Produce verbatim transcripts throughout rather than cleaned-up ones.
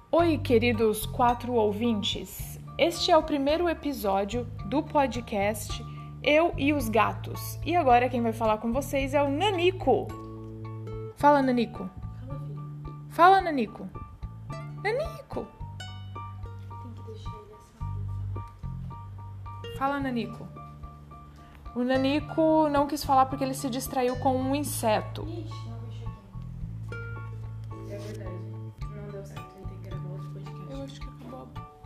Oi, queridos quatro ouvintes. Este é o primeiro episódio do podcast Eu e os Gatos. E agora quem vai falar com vocês é o Nanico. Fala, Nanico. Fala, Nanico. Nanico. Tem que deixar ele assim. Fala, Nanico. O Nanico não quis falar porque ele se distraiu com um inseto. Ixi, não mexeu aqui. É verdade. Não deu certo. Ele tem que gravar outro podcast. Eu acho que acabou.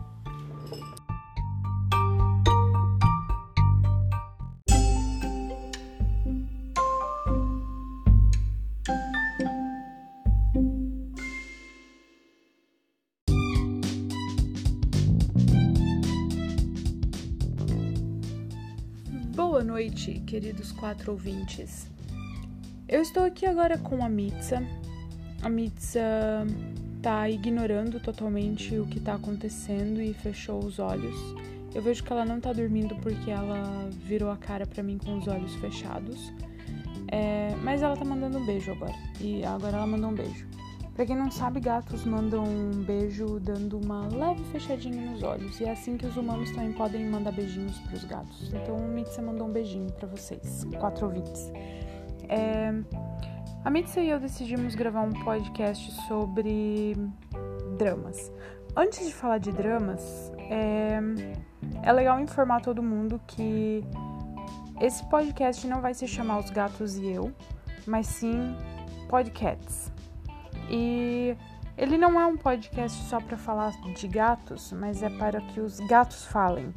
Boa noite, queridos quatro ouvintes. Eu estou aqui agora com a Mitsa. A Mitsa tá ignorando totalmente o que tá acontecendo e fechou os olhos. Eu vejo que ela não tá dormindo porque ela virou a cara pra mim com os olhos fechados. É, mas ela tá mandando um beijo agora. E agora ela mandou um beijo. Pra quem não sabe, gatos mandam um beijo dando uma leve fechadinha nos olhos. E é assim que os humanos também podem mandar beijinhos pros gatos. Então, a Mitsa mandou um beijinho pra vocês, quatro ouvintes. É, a Mitsa e eu decidimos gravar um podcast sobre dramas. Antes de falar de dramas, é, é legal informar todo mundo que esse podcast não vai se chamar Os Gatos e Eu, mas sim Podcasts. E ele não é um podcast só para falar de gatos, mas é para que os gatos falem.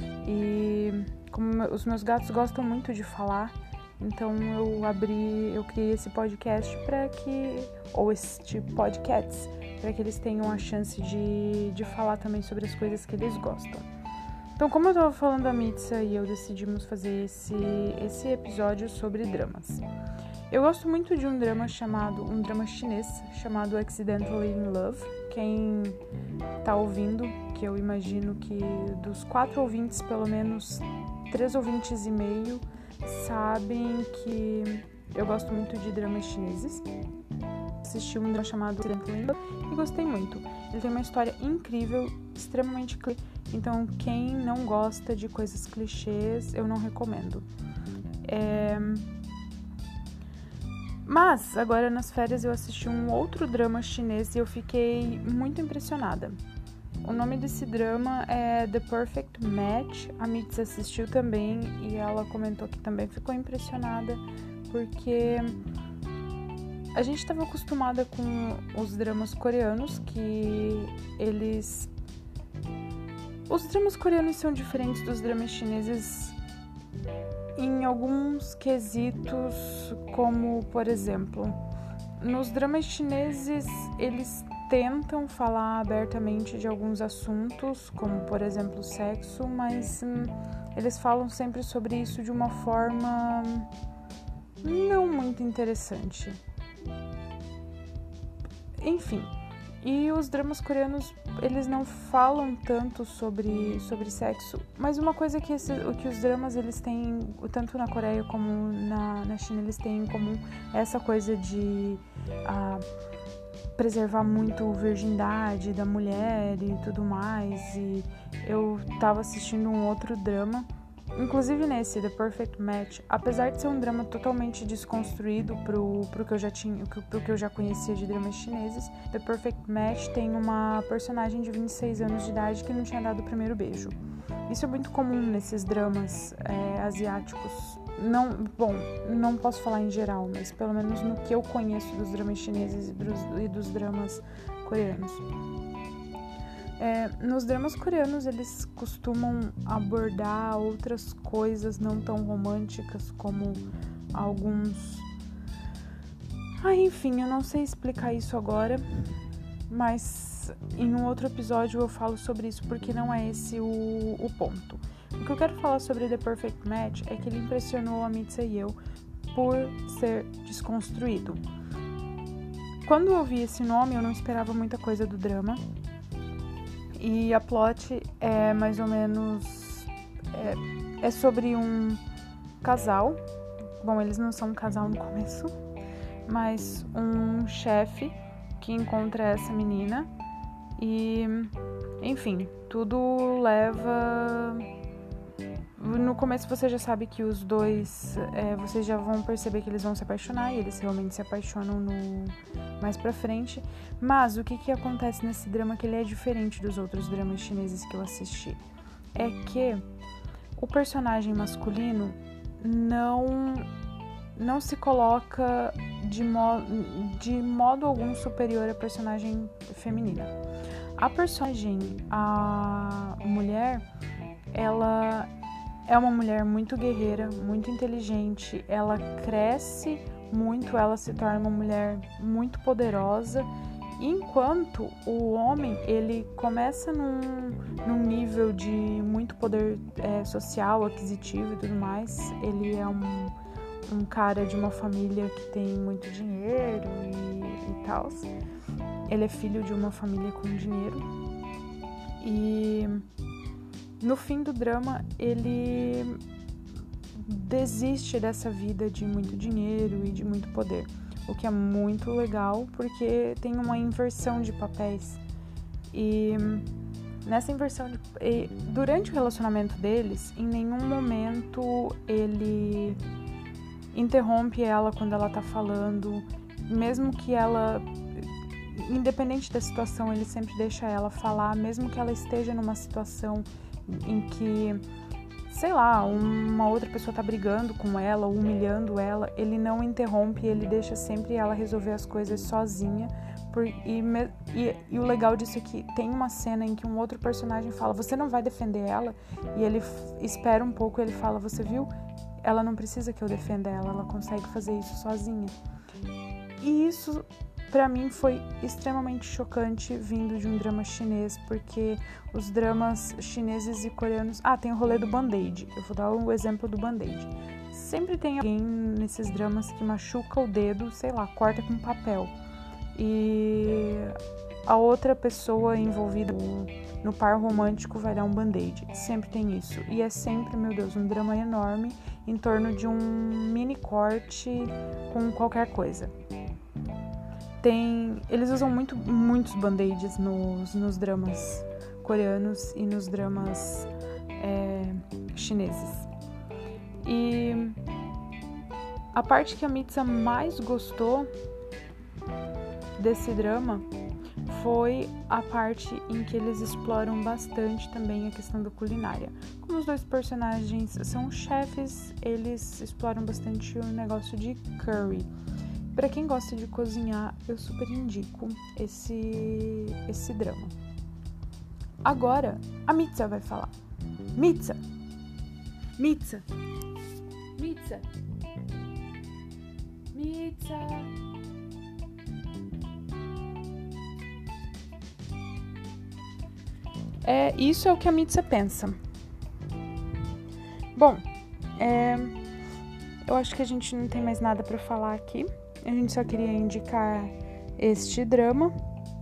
E como os meus gatos gostam muito de falar, então eu abri, eu criei esse podcast para que, ou este podcasts, para que eles tenham a chance de, de falar também sobre as coisas que eles gostam. Então, como eu estava falando da Mitsa e eu decidimos fazer esse, esse episódio sobre dramas. Eu gosto muito de um drama chamado, um drama chinês chamado Accidentally in Love. Quem tá ouvindo, que eu imagino que dos quatro ouvintes, pelo menos três ouvintes e meio, sabem que eu gosto muito de dramas chineses. Assisti um drama chamado Accidentally in Love e gostei muito. Ele tem uma história incrível, extremamente clichê. Então, quem não gosta de coisas clichês, eu não recomendo. É... Mas, agora nas férias eu assisti um outro drama chinês e eu fiquei muito impressionada. O nome desse drama é The Perfect Match. A Mitzi assistiu também e ela comentou que também ficou impressionada porque a gente estava acostumada com os dramas coreanos, que eles... Os dramas coreanos são diferentes dos dramas chineses em alguns quesitos, como, por exemplo, nos dramas chineses, eles tentam falar abertamente de alguns assuntos, como, por exemplo, sexo, mas hum, eles falam sempre sobre isso de uma forma não muito interessante. Enfim, e os dramas coreanos, eles não falam tanto sobre, sobre sexo, mas uma coisa que, esse, que os dramas, eles têm, tanto na Coreia como na, na China, eles têm em comum essa coisa de ah, preservar muito a virgindade da mulher e tudo mais. E eu tava assistindo um outro drama, inclusive nesse, The Perfect Match, apesar de ser um drama totalmente desconstruído pro, pro, que eu já tinha, pro que eu já conhecia de dramas chineses, The Perfect Match tem uma personagem de vinte e seis anos de idade que não tinha dado o primeiro beijo. Isso é muito comum nesses dramas é, asiáticos. Não, bom, não posso falar em geral, mas pelo menos no que eu conheço dos dramas chineses e dos, e dos dramas coreanos. É, nos dramas coreanos, eles costumam abordar outras coisas não tão românticas, como alguns... Ah, enfim, eu não sei explicar isso agora, mas em um outro episódio eu falo sobre isso, porque não é esse o, o ponto. O que eu quero falar sobre The Perfect Match é que ele impressionou a Mitsa e eu por ser desconstruído. Quando eu ouvi esse nome, eu não esperava muita coisa do drama. E a plot é mais ou menos... É, é sobre um casal. Bom, eles não são um casal no começo, mas um chefe que encontra essa menina E, enfim, tudo leva... No começo você já sabe que os dois, é, vocês já vão perceber que eles vão se apaixonar, e eles realmente se apaixonam no, mais pra frente. Mas o que que acontece nesse drama que ele é diferente dos outros dramas chineses que eu assisti? É que o personagem masculino não, não se coloca de, mo, de modo algum superior à personagem feminina. A personagem, a mulher, ela... é uma mulher muito guerreira, muito inteligente, ela cresce muito, ela se torna uma mulher muito poderosa, enquanto o homem, ele começa num, num nível de muito poder é, social, aquisitivo e tudo mais. Ele é um, um cara de uma família que tem muito dinheiro e, e tal. Ele é filho de uma família com dinheiro e... no fim do drama, ele desiste dessa vida de muito dinheiro e de muito poder, o que é muito legal porque tem uma inversão de papéis. E nessa inversão de... e durante o relacionamento deles, em nenhum momento ele interrompe ela quando ela tá falando, mesmo que ela... independente da situação, ele sempre deixa ela falar, mesmo que ela esteja numa situação em que, sei lá, uma outra pessoa tá brigando com ela, humilhando ela, ele não interrompe, ele deixa sempre ela resolver as coisas sozinha. Por, e, e, e o legal disso é que tem uma cena em que um outro personagem fala, você não vai defender ela? E ele espera um pouco, ele fala, você viu? Ela não precisa que eu defenda ela, ela consegue fazer isso sozinha. E isso... pra mim foi extremamente chocante vindo de um drama chinês, porque os dramas chineses e coreanos... Ah, tem o rolê do Band-Aid. Eu vou dar o exemplo do Band-Aid. Sempre tem alguém nesses dramas que machuca o dedo, sei lá, corta com papel. E a outra pessoa envolvida no, no par romântico vai dar um Band-Aid. Sempre tem isso. E é sempre, meu Deus, um drama enorme em torno de um mini corte com qualquer coisa. Tem, eles usam muito, muitos band-aids nos, nos dramas coreanos e nos dramas é, chineses. E a parte que a Mitsa mais gostou desse drama foi a parte em que eles exploram bastante também a questão da culinária. Como os dois personagens são chefes, eles exploram bastante o negócio de curry. Pra quem gosta de cozinhar, eu super indico esse, esse drama. Agora, a Mitsa vai falar. Mitsa! Mitsa! Mitsa! Mitsa! É, isso é o que a Mitsa pensa. Bom, é, eu acho que a gente não tem mais nada pra falar aqui. A gente só queria indicar este drama.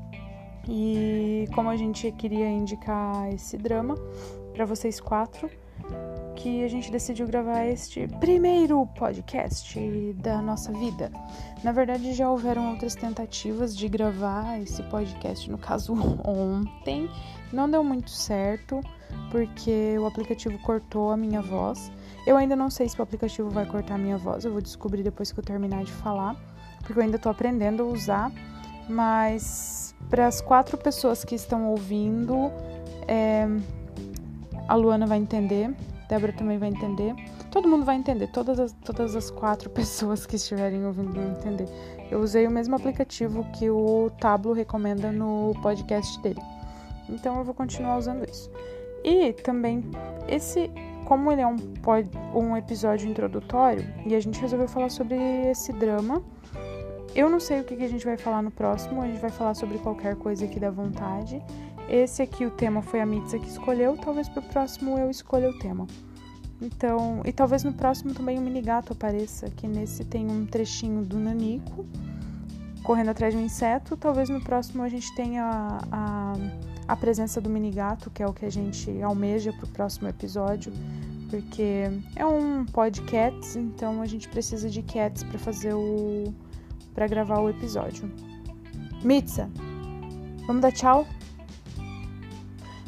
E como a gente queria indicar esse drama para vocês quatro, que a gente decidiu gravar este primeiro podcast da nossa vida. Na verdade, já houveram outras tentativas de gravar esse podcast, no caso ontem. Não deu muito certo, porque o aplicativo cortou a minha voz. Eu ainda não sei se o aplicativo vai cortar a minha voz, eu vou descobrir depois que eu terminar de falar, porque eu ainda tô aprendendo a usar. Mas para as quatro pessoas que estão ouvindo, é, a Luana vai entender, a Débora também vai entender, todo mundo vai entender, todas as, todas as quatro pessoas que estiverem ouvindo vão entender. Eu usei o mesmo aplicativo que o Tablo recomenda no podcast dele, então eu vou continuar usando isso. E também, esse, como ele é um, um episódio introdutório, e a gente resolveu falar sobre esse drama, eu não sei o que a gente vai falar no próximo, a gente vai falar sobre qualquer coisa que dá vontade. Esse aqui, o tema foi a Mitsa que escolheu, talvez pro próximo eu escolha o tema. Então, e talvez no próximo também o Minigato apareça, que nesse tem um trechinho do Nanico correndo atrás de um inseto. Talvez no próximo a gente tenha a, a, a presença do Minigato, que é o que a gente almeja pro próximo episódio, porque é um podcast, então a gente precisa de cats para fazer o para gravar o episódio. Mitsa, vamos dar tchau?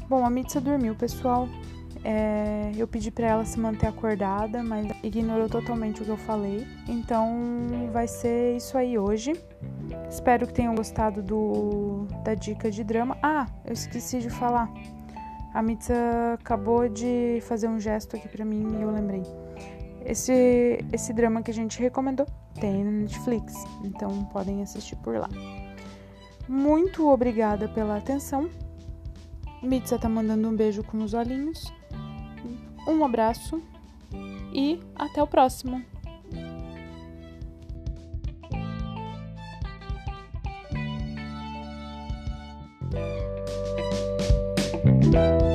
Bom, a Mitsa dormiu, pessoal. É, eu pedi pra ela se manter acordada, mas ignorou totalmente o que eu falei. Então vai ser isso aí hoje. Espero que tenham gostado do, da dica de drama. Ah, eu esqueci de falar. A Mitsa acabou de fazer um gesto aqui pra mim e eu lembrei. Esse, esse drama que a gente recomendou tem no Netflix, então podem assistir por lá. Muito obrigada pela atenção. Mitsa tá mandando um beijo com os olhinhos. Um abraço e até o próximo. Thank you.